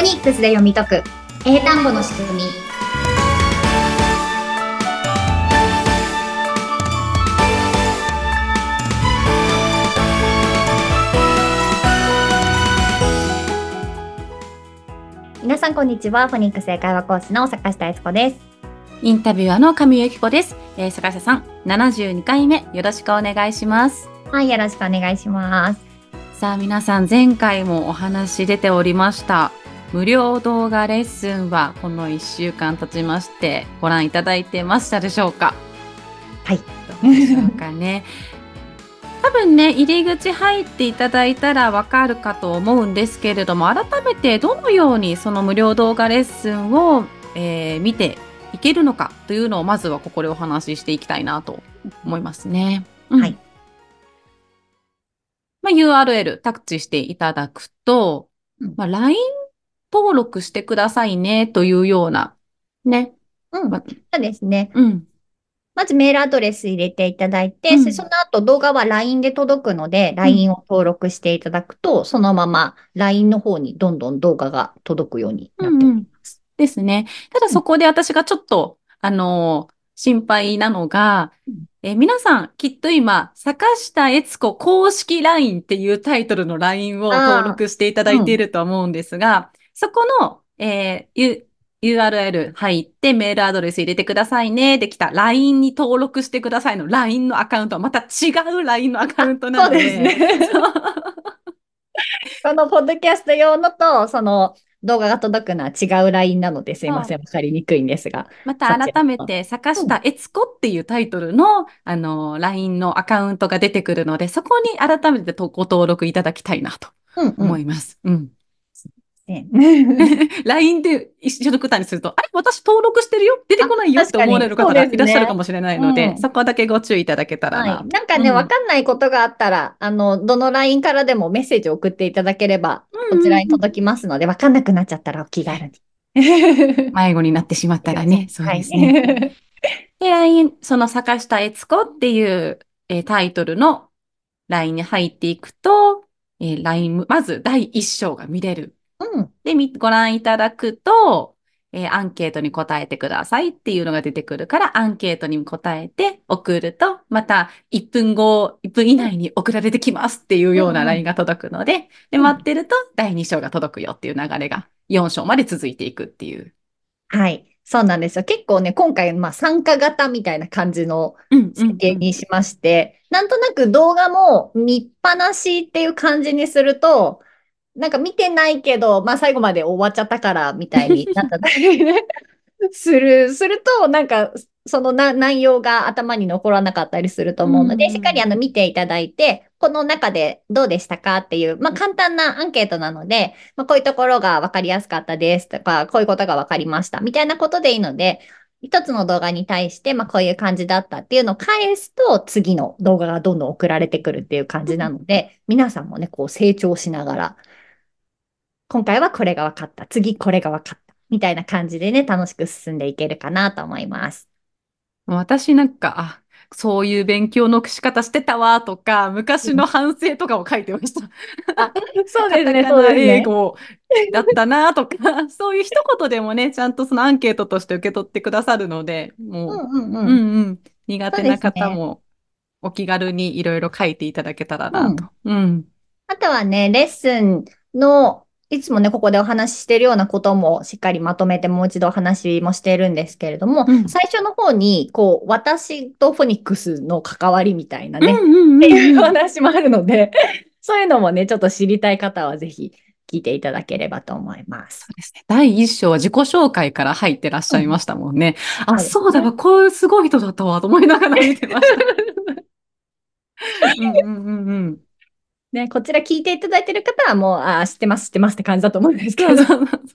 ニックスで読み解く英単語の仕組み。皆さんこんにちは。フォニックス英会話講師の坂下悦子です。 インタビュアーの上由紀子です。坂下さん、72回目よろしくお願いします。 はい、よろしくお願いします。 さあ皆さん、前回もお話出ておりました無料動画レッスンはこの1週間経ちましてご覧いただいてましたでしょうか？ はい。 どうでしょうかね。多分ね、入り口入っていただいたらわかるかと思うんですけれども、改めてどのようにその無料動画レッスンを、見ていけるのかというのをまずはここでお話ししていきたいなと思いますね。 はい。 URL タッチしていただくと、LINE 登録してくださいねというようなね。 そうですね。 うんまずメールアドレス入れていただいて、その後動画は LINE で届くので、LINE を登録していただくと、そのまま LINE の方にどんどん動画が届くようになっております。 ですね。ただそこで私がちょっと、心配なのが、皆さんきっと今、坂下悦子公式 LINE っていうタイトルの LINE を登録していただいていると思うんですが、そこの、URL 入ってメールアドレス入れてくださいね。できた LINE に登録してくださいの LINE のアカウントはまた違う LINE のアカウントなので。 そうですね。このポッドキャスト用のと、その動画が届くのは違う LINE なので、すいません、わかりにくいんですが。 また改めて、坂下悦子っていうタイトルの、LINE のアカウントが出てくるので、そこに改めてご登録いただきたいなと思います。LINE で一緒の方にすると、あれ私登録してるよ出てこないよって思われる方がいらっしゃるかもしれないので、そこだけご注意いただけたらな。 なんかね、わかんないことがあったら、どの LINE からでもメッセージを送っていただければ、こちらに届きますので、わかんなくなっちゃったらお気軽に。 迷子になってしまったらね、そうですね。で、LINE、その坂下悦子っていう、タイトルの LINE に入っていくと、LINE、まず第一章が見れる。で、ご覧いただくと、アンケートに答えてくださいっていうのが出てくるから、アンケートに答えて送ると、また1分後、1分以内に送られてきますっていうような LINE が届くので、で、待ってると第2章が届くよっていう流れが4章まで続いていくっていう。 はい。そうなんですよ。結構ね、今回、参加型みたいな感じの設計にしまして、なんとなく動画も見っぱなしっていう感じにすると、なんか見てないけど、最後まで終わっちゃったからみたいになったりねすると、なんか、その内容が頭に残らなかったりすると思うので、しっかり見ていただいて、この中でどうでしたかっていう、簡単なアンケートなので、こういうところが分かりやすかったですとか、こういうことが分かりましたみたいなことでいいので、一つの動画に対して、こういう感じだったっていうのを返すと、次の動画がどんどん送られてくるっていう感じなので、皆さんもね、こう成長しながら、今回はこれが分かった。次これが分かった。みたいな感じでね、楽しく進んでいけるかなと思います。 私なんか、そういう勉強の仕方してたわとか、昔の反省とかを書いてました。 そうですね、 カタカナ英語だったなとか、そういう一言でもね、ちゃんとそのアンケートとして受け取ってくださるので、もう、苦手な方もお気軽にいろいろ書いていただけたらなと。 あとはね、レッスンの、いつもね、ここでお話ししてるようなこともしっかりまとめてもう一度お話もしてるんですけれども、最初の方に、私とフォニックスの関わりみたいなね、っていうお話もあるので、そういうのもね、ちょっと知りたい方はぜひ聞いていただければと思います。 そうですね。第一章は自己紹介から入ってらっしゃいましたもんね。そうだわ、こういうすごい人だったわ、と思いながら見てました。 ね、こちら聞いていただいてる方はもう、知ってます、知ってますって感じだと思うんですけど。 で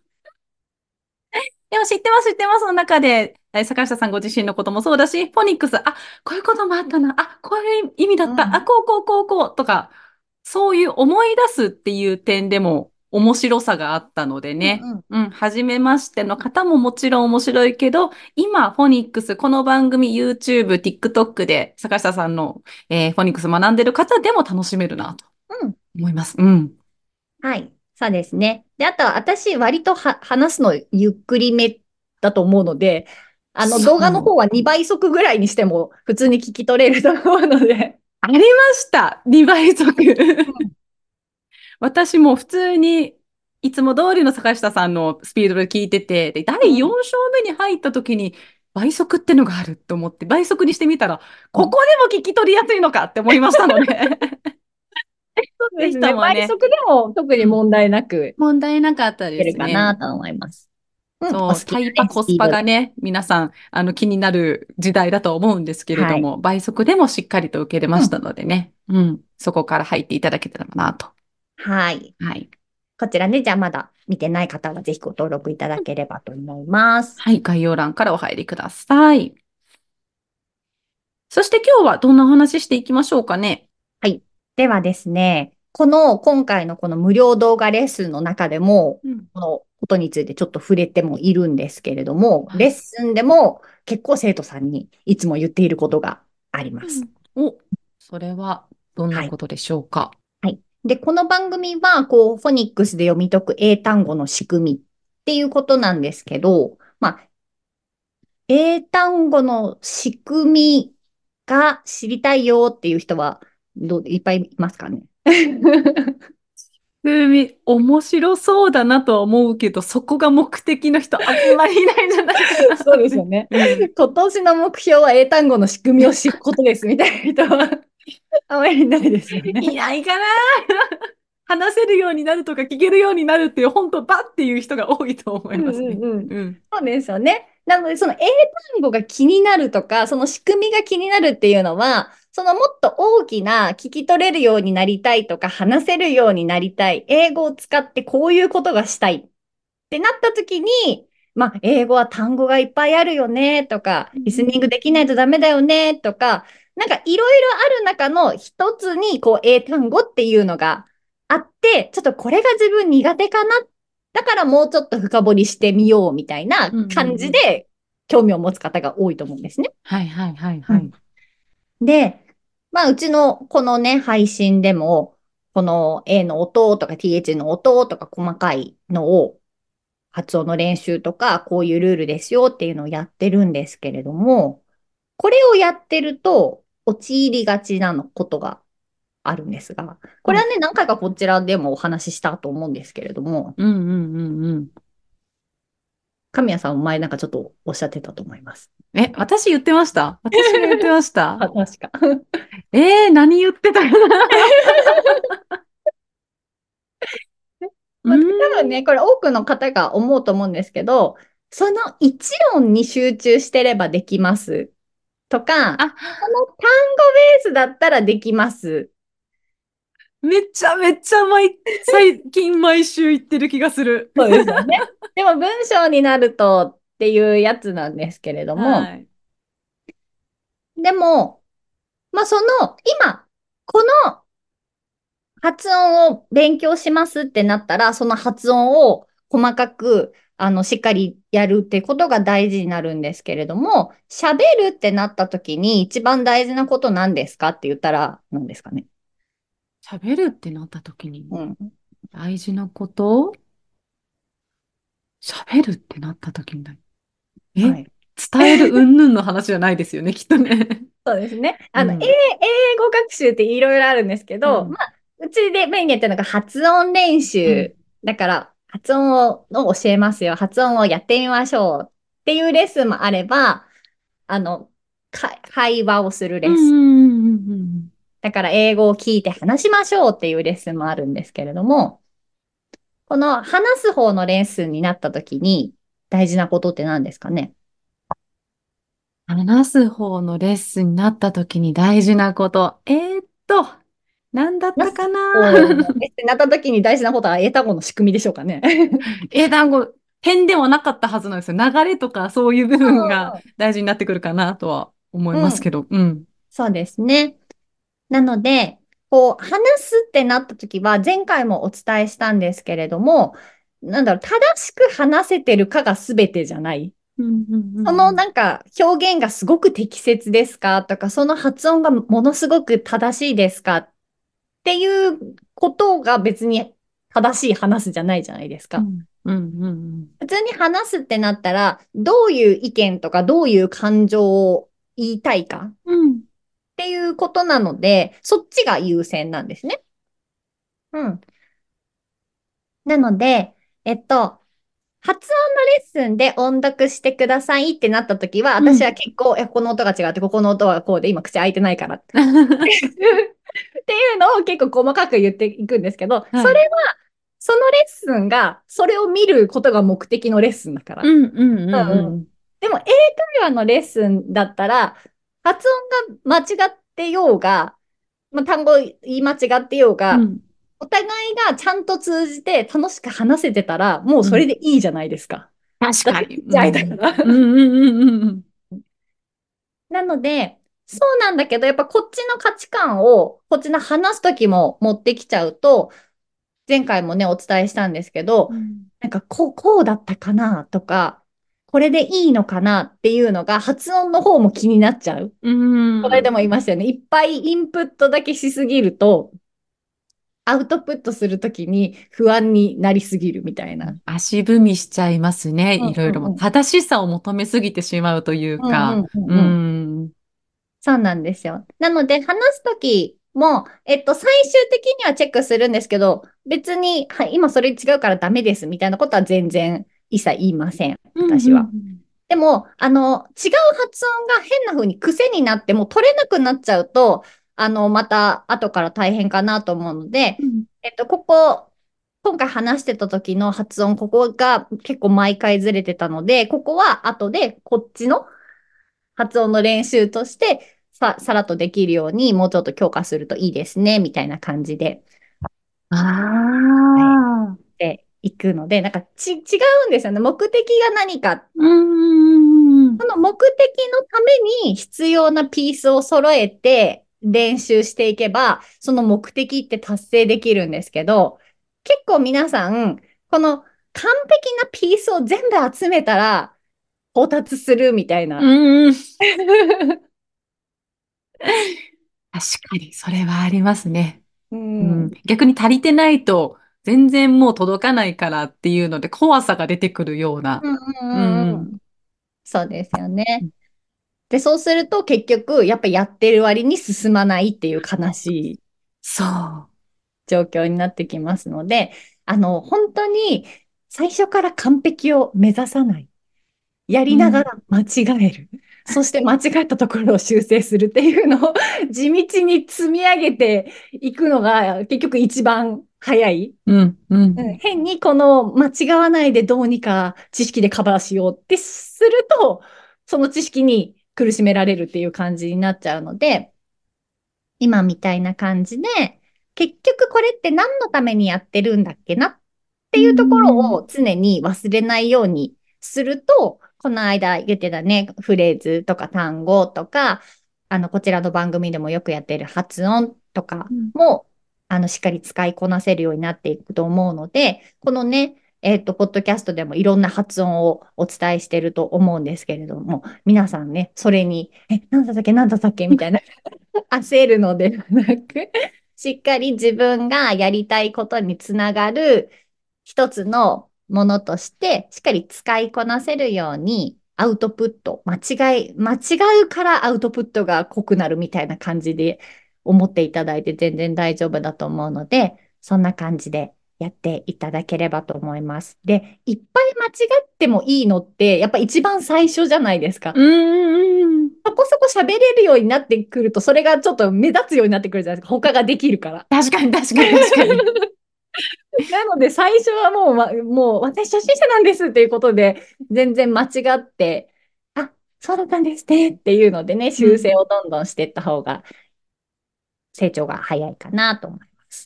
も知ってます、知ってますの中で、坂下さんご自身のこともそうだし、フォニックス、こういうこともあったな、こういう意味だった、こうとか、そういう思い出すっていう点でも面白さがあったのでね。初めましての方ももちろん面白いけど、今、フォニックス、この番組、YouTube、TikTok で坂下さんの、フォニックス学んでる方でも楽しめるなと思います。 はい。 そうですね。で、あとは私、割と話すのゆっくりめだと思うので、動画のそう。 方は2倍速ぐらいにしても普通に聞き取れると思うので。 ありました。2倍速。 うん。 私も普通にいつも通りの坂下さんのスピードで聞いてて、で、第4 うん章目に入った時に倍速ってのがあると思って、倍速にしてみたら、 うん。 ここでも聞き取りやすいのかって思いましたので。ぜひそうですね。 ともね、 倍速でも特にうん、 問題なく問題なかったでいけるかなすね。 と思います。うん。おそう、 好きタイパ、 なね、スコスピードで。 パがね、皆さん、気になる時代だと思うんですけれはい。 ども、倍速でもしっかりと受けれましたうん。 のでね、うん、そこから入っていただけたらなと。 はい。 はい。 こちらね、じゃあまだ見てない方はぜひご登録いただければと思います。 はい、概要欄からお入りください。そして今日はどんなお話ししていきましょうかね。 はい。ではですね、今回のこの無料動画レッスンの中でも、 うん。 このことについてちょっと触れてもいるんですけれども、 はい。 レッスンでも結構生徒さんにいつも言っていることがあります。 うん。お、それはどんなはい。 ことでしょうか。 はい。で、この番組は、フォニックスで読み解く英単語の仕組みっていうことなんですけど、まあ、英単語の仕組みが知りたいよっていう人は、いっぱいいますかね。 ふみ、面白そうだなとは思うけど、そこが目的の人あんまりいないんじゃないかなそうですって。 よね。 うん。 今年の目標は英単語の仕組みを知ることですみたいな人はあまりいないですよね。 いないかな。話せるようになるとか聞けるようになるっていう、本当バッっていう人が多いと思うんいますね。 うんうん。 うん。 そうですよね。なので、その英単語が気になるとか、その仕組みが気になるっていうのは、そのもっと大きな聞き取れるようになりたいとか、話せるようになりたい、英語を使ってこういうことがしたいってなった時に、まあ、英語は単語がいっぱいあるよねとか、リスニングできないとダメだよねとか、なんかいろいろある中の一つに、英単語っていうのがあって、ちょっとこれが自分苦手かな。だからもうちょっと深掘りしてみようみたいなうんうん感うん。 じで興味を持つ方が多いと思うんですね。 はいはいはいうん。 はい。 で、まあ、うちのこのね、配信でも、この A の音とか TH の音とか細かいのを発音の練習とか、こういうルールですよっていうのをやってるんですけれども、これをやってると、陥りがちなのことがあるんですが、こはい。 れはね、何回かこちらでもお話ししたと思うんですけれども、 うんうんうんうん。 神谷さん、前なんかちょっとおっしゃってたと思います。 え、私言ってました？私が言ってました？ あ、確か。 何言ってたかな。うーまあ、多分ん。 ね、これ多くの方が思うと思うんですけど、その一音に集中してればできますとか、 あ、 この単語ベースだったらできますめちゃめちゃ最近毎週言ってる気がする。 そうですよね。でも文章になるとっていうやつなんですけれども、 はい。 でも、まあ今、この発音を勉強しますってなったら、その発音を細かく、しっかりやるってことが大事になるんですけれども、喋るってなった時に一番大事なこと何ですかって言ったら何ですかね。 喋るってなった時にうん。 大事なこと喋るってなった時にえ、 はい。 伝える云々の話じゃないですよね、きっとね。 そうですね。 うん英語学習っていろいろあるんですけど、まうんあ、うちでメインにやってるのが発音練うん習。だから、発音を教えますよ。発音をやってみましょうっていうレッスンもあれば、会話をするうんレッスン。 うんうんうんだから、英語を聞いて話しましょうっていうレッスンもあるんですけれども、この話す方のレッスンになった時に大事なことって何ですかね。 話す方のレッスンになった時に大事なこと。何だった話すかな。 方のレッスンになった時に大事なことは英単語の仕組みでしょうかね。 団子、点ではなかったはずなんですよ。流れとかそういう部分がう大事になってくるかなとは思いんうん。うん。 ますけど。うん。 そうですね。なので、話すってなった時は、前回もお伝えしたんですけれども、なんだろう、正しく話せてるかが全てじゃない。 うんうんうそのんうん。 なんか表現がすごく適切ですかとか、その発音がものすごく正しいですかっていうことが別に正しい話すじゃないじゃないですか。 うん、うん、うん。 普通に話すってなったら、どういう意見とかどういう感情を言いたいかっうん。 ていうことなので、そっちが優先なんですね。うん。なので、発音のレッスンで音読してくださいってなった時は、 うん。 私は結構、この音が違って、ここの音はこうで、今口開いてないからってっていうのを結構細かく言っていくんですけど、それはい。 は、そのレッスンが、それを見ることが目的のレッスンだから。 うん、うん、うん、 うんうん。 うん。 でも、英会話のレッスンだったら、発音が間違ってようが、まあ、単語言い間違ってようが、 うん。 お互いがちゃんと通じて楽しく話せてたら、もううん。 それでいいじゃないですか。だって、 確かに。 口開いたうん。 から。 うん、うん、うん、うん。 なので、そうなんだけど、やっぱこっちの価値観を、こっちの話すときも持ってきちゃうと、前回もね、お伝えしたんですけど、 うん。 なんかこうだったかなとか、これでいいのかなっていうのが発音の方も気になっちゃう。 うん。 これでも言いましたよね。いっぱいインプットだけしすぎると、アウトプットするときに不安になりすぎるみたいな。 足踏みしちゃいますね。 うんいろいろも。 うんうん。 正しさを求めすぎてしまうというか。 うんうんううんうん。 ん。 そうなんですよ。なので、話すときも、最終的にはチェックするんですけど、別に、はい、今それ違うからダメですみたいなことは全然一切言いません。 うんう私は。 んでも、違う発音が変な風に癖になっても取れなくなっちゃうと、また後から大変かなと思うので、 うん。 今回話してた時の発音、ここが結構毎回ずれてたので、ここは後でこっちの発音の練習としてさらっとできるようにもうちょっと強化するといいですね、みたいな感じで、 あはい、 あ。 でいくので、なんか違うんですよね。目的が何か。 うん。 その目的のために必要なピースを揃えて練習していけば、その目的って達成できるんですけど、結構皆さん、この完璧なピースを全部集めたら到達するみたいな。 うん。確かに、それはありますね。 ううん。 ん。 逆に足りてないと、全然もう届かないからっていうので、怖さが出てくるような。 うんううんうんうん。 ん。そうですよね。で、そうすると結局、やっぱやってる割に進まないっていう悲しいそう。 状況になってきますので、本当に最初から完璧を目指さない。やりながうん。 ら間違える。そして間違ったところを修正するっていうのを地道に積み上げていくのが結局一番早い。 うん。うん。 変にこの間違わないでどうにか知識でカバーしようってすると、その知識に苦しめられるっていう感じになっちゃうので、今みたいな感じで、結局これって何のためにやってるんだっけなってういうところん。 を常に忘れないようにすると、この間言ってたね、フレーズとか単語とか、こちらの番組でもよくやってる発音とかうん。 も、しっかり使いこなせるようになっていくと思うので、このね、ポッドキャストでもいろんな発音をお伝えしてると思うんですけれども、皆さんね、それに、なんだったっけ、なんだったっけみたいな焦るのではなく、しっかり自分がやりたいことにつながる一つのものとして、しっかり使いこなせるように、アウトプット、間違うからアウトプットが濃くなるみたいな感じで思っていただいて全然大丈夫だと思うので、そんな感じでやっていただければと思います。で、いっぱい間違ってもいいのって、やっぱ一番最初じゃないですか。 うん。 そこそこ喋れるようになってくると、それがちょっと目立つようになってくるじゃないですか。他ができるから。 確かに、確かに、確かに。 なので、最初はもう私初心者なんですっていうことで、全然間違って、あ、そうだったんですねっていうのでね、 うん。 修正をどんどんしていった方が成長が早いかなと思います。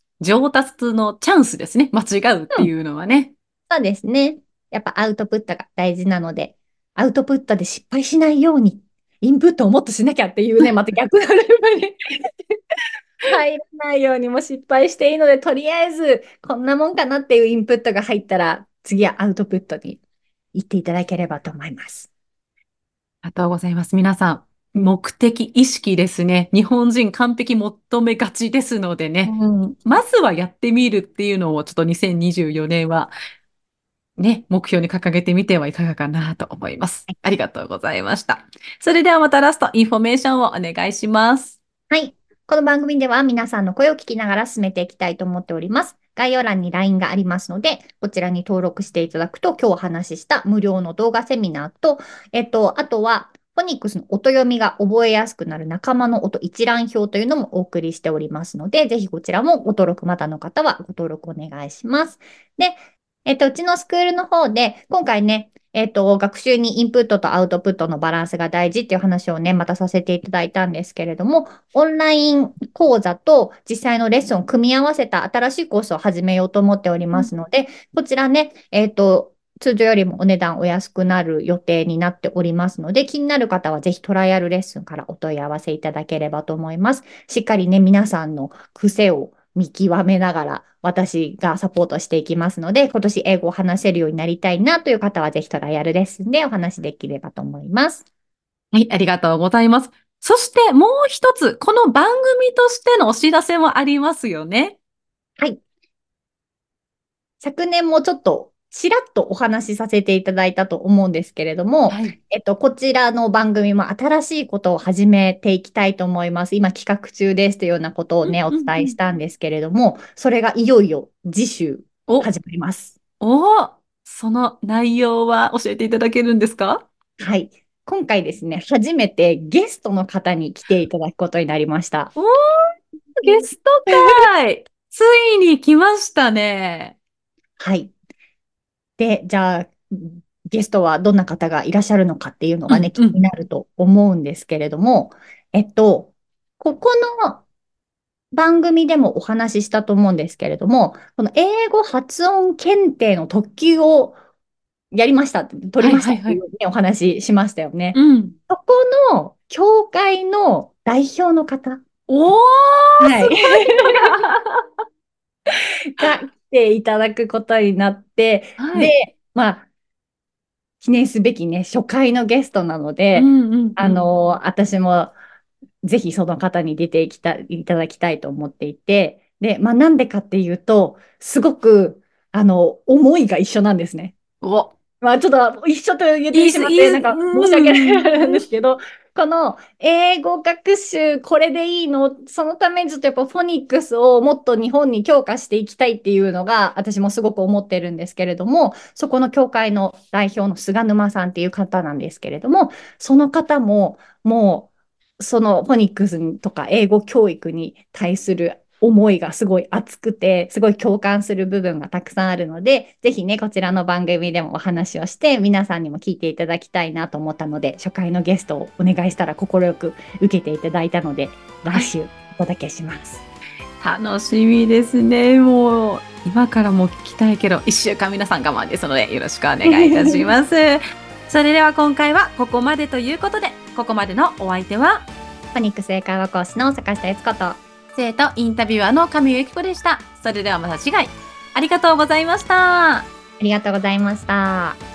上達のチャンスですね。間違うってうん、 いうのはね。 そうですね。やっぱアウトプットが大事なので、アウトプットで失敗しないように、インプットをもっとしなきゃっていうね、また逆のレベルに入らないようにも失敗していいので、とりあえずこんなもんかなっていうインプットが入ったら、次はアウトプットに行っていただければと思います。 ありがとうございます。皆さん。 目的意識ですね。日本人完璧求めがちですのでね。 うん。 まずはやってみるっていうのをちょっと2024年はね、目標に掲げてみてはいかがかなと思います。ありがとうございました。それではまたラストインフォメーションをお願いします。 はい。この番組では皆さんの声を聞きながら進めていきたいと思っております。概要欄に LINE がありますので、こちらに登録していただくと、今日お話しした無料の動画セミナーと、あとは、フォニックスの音読みが覚えやすくなる仲間の音一覧表というのもお送りしておりますので、ぜひこちらもご登録まだの方はご登録お願いします。で、うちのスクールの方で、今回ね、学習にインプットとアウトプットのバランスが大事っていう話をね、またさせていただいたんですけれども、オンライン講座と実際のレッスンを組み合わせた新しいコースを始めようと思っておりますので、こちらね、通常よりもお値段お安くなる予定になっておりますので、気になる方はぜひトライアルレッスンからお問い合わせいただければと思います。しっかりね、皆さんの癖を見極めながら私がサポートしていきますので、今年英語を話せるようになりたいなという方はぜひトライアルレッスンでお話しできればと思います。 はい、ありがとうございます。そしてもう一つ、この番組としてのお知らせもありますよね。 はい。昨年もちょっとちらっとお話しさせていただいたと思うんですけれども、 はい。 こちらの番組も新しいことを始めていきたいと思います。今企画中ですというようなことをね、お伝えしたんですけれども、それがいよいよ次週お、 始まります。 その内容は教えていただけるんですか？ はい。今回ですね、初めてゲストの方に来ていただくことになりました。 おー、ゲスト会ついに来ましたね。 はい。で、じゃあ、ゲストはどんな方がいらっしゃるのかっていうのがね、 うんうん。 気になると思うんですけれども、ここの番組でもお話ししたと思うんですけれども、この英語発音検定の特急をやりましたって、取はりましたっいはいはい。 ていうね、お話ししましたよね。 うん。 そこの協会の代表の方、 おー、すはい、 ごい人が。 が来ていただくことになって、 はい。 で、まあ、記念すべきね、初回のゲストなので、 うんうんうん。 私もぜひその方に出ていただきたいと思っていて、で、まあなんでかっていうと、すごく、思いが一緒なんですね。 お、 まあちょっと一緒と言っいいす、 てしまって、 いいす、 なんか申し訳うん。 ないんですけど、この英語学習、これでいいの？そのためにちょっとやっぱフォニックスをもっと日本に強化していきたいっていうのが、私もすごく思ってるんですけれども、そこの協会の代表の菅沼さんっていう方なんですけれども、その方も、もう、そのフォニックスとか英語教育に対する思いがすごい熱くて、すごい共感する部分がたくさんあるので、ぜひね、こちらの番組でもお話をして、皆さんにも聞いていただきたいなと思ったので、初回のゲストをお願いしたら快く受けていただいたので、来はい。 週お届けします。 楽しみですね。もう、今からも聞きたいけど、1週間皆さん我慢ですので、よろしくお願いいたします。それでは今回はここまでということで、ここまでのお相手は、 フォニックス英会話講師の坂下悦子と、 生徒インタビュアーの上由紀子でした。それではまた次回、ありがとうございました。 ありがとうございました。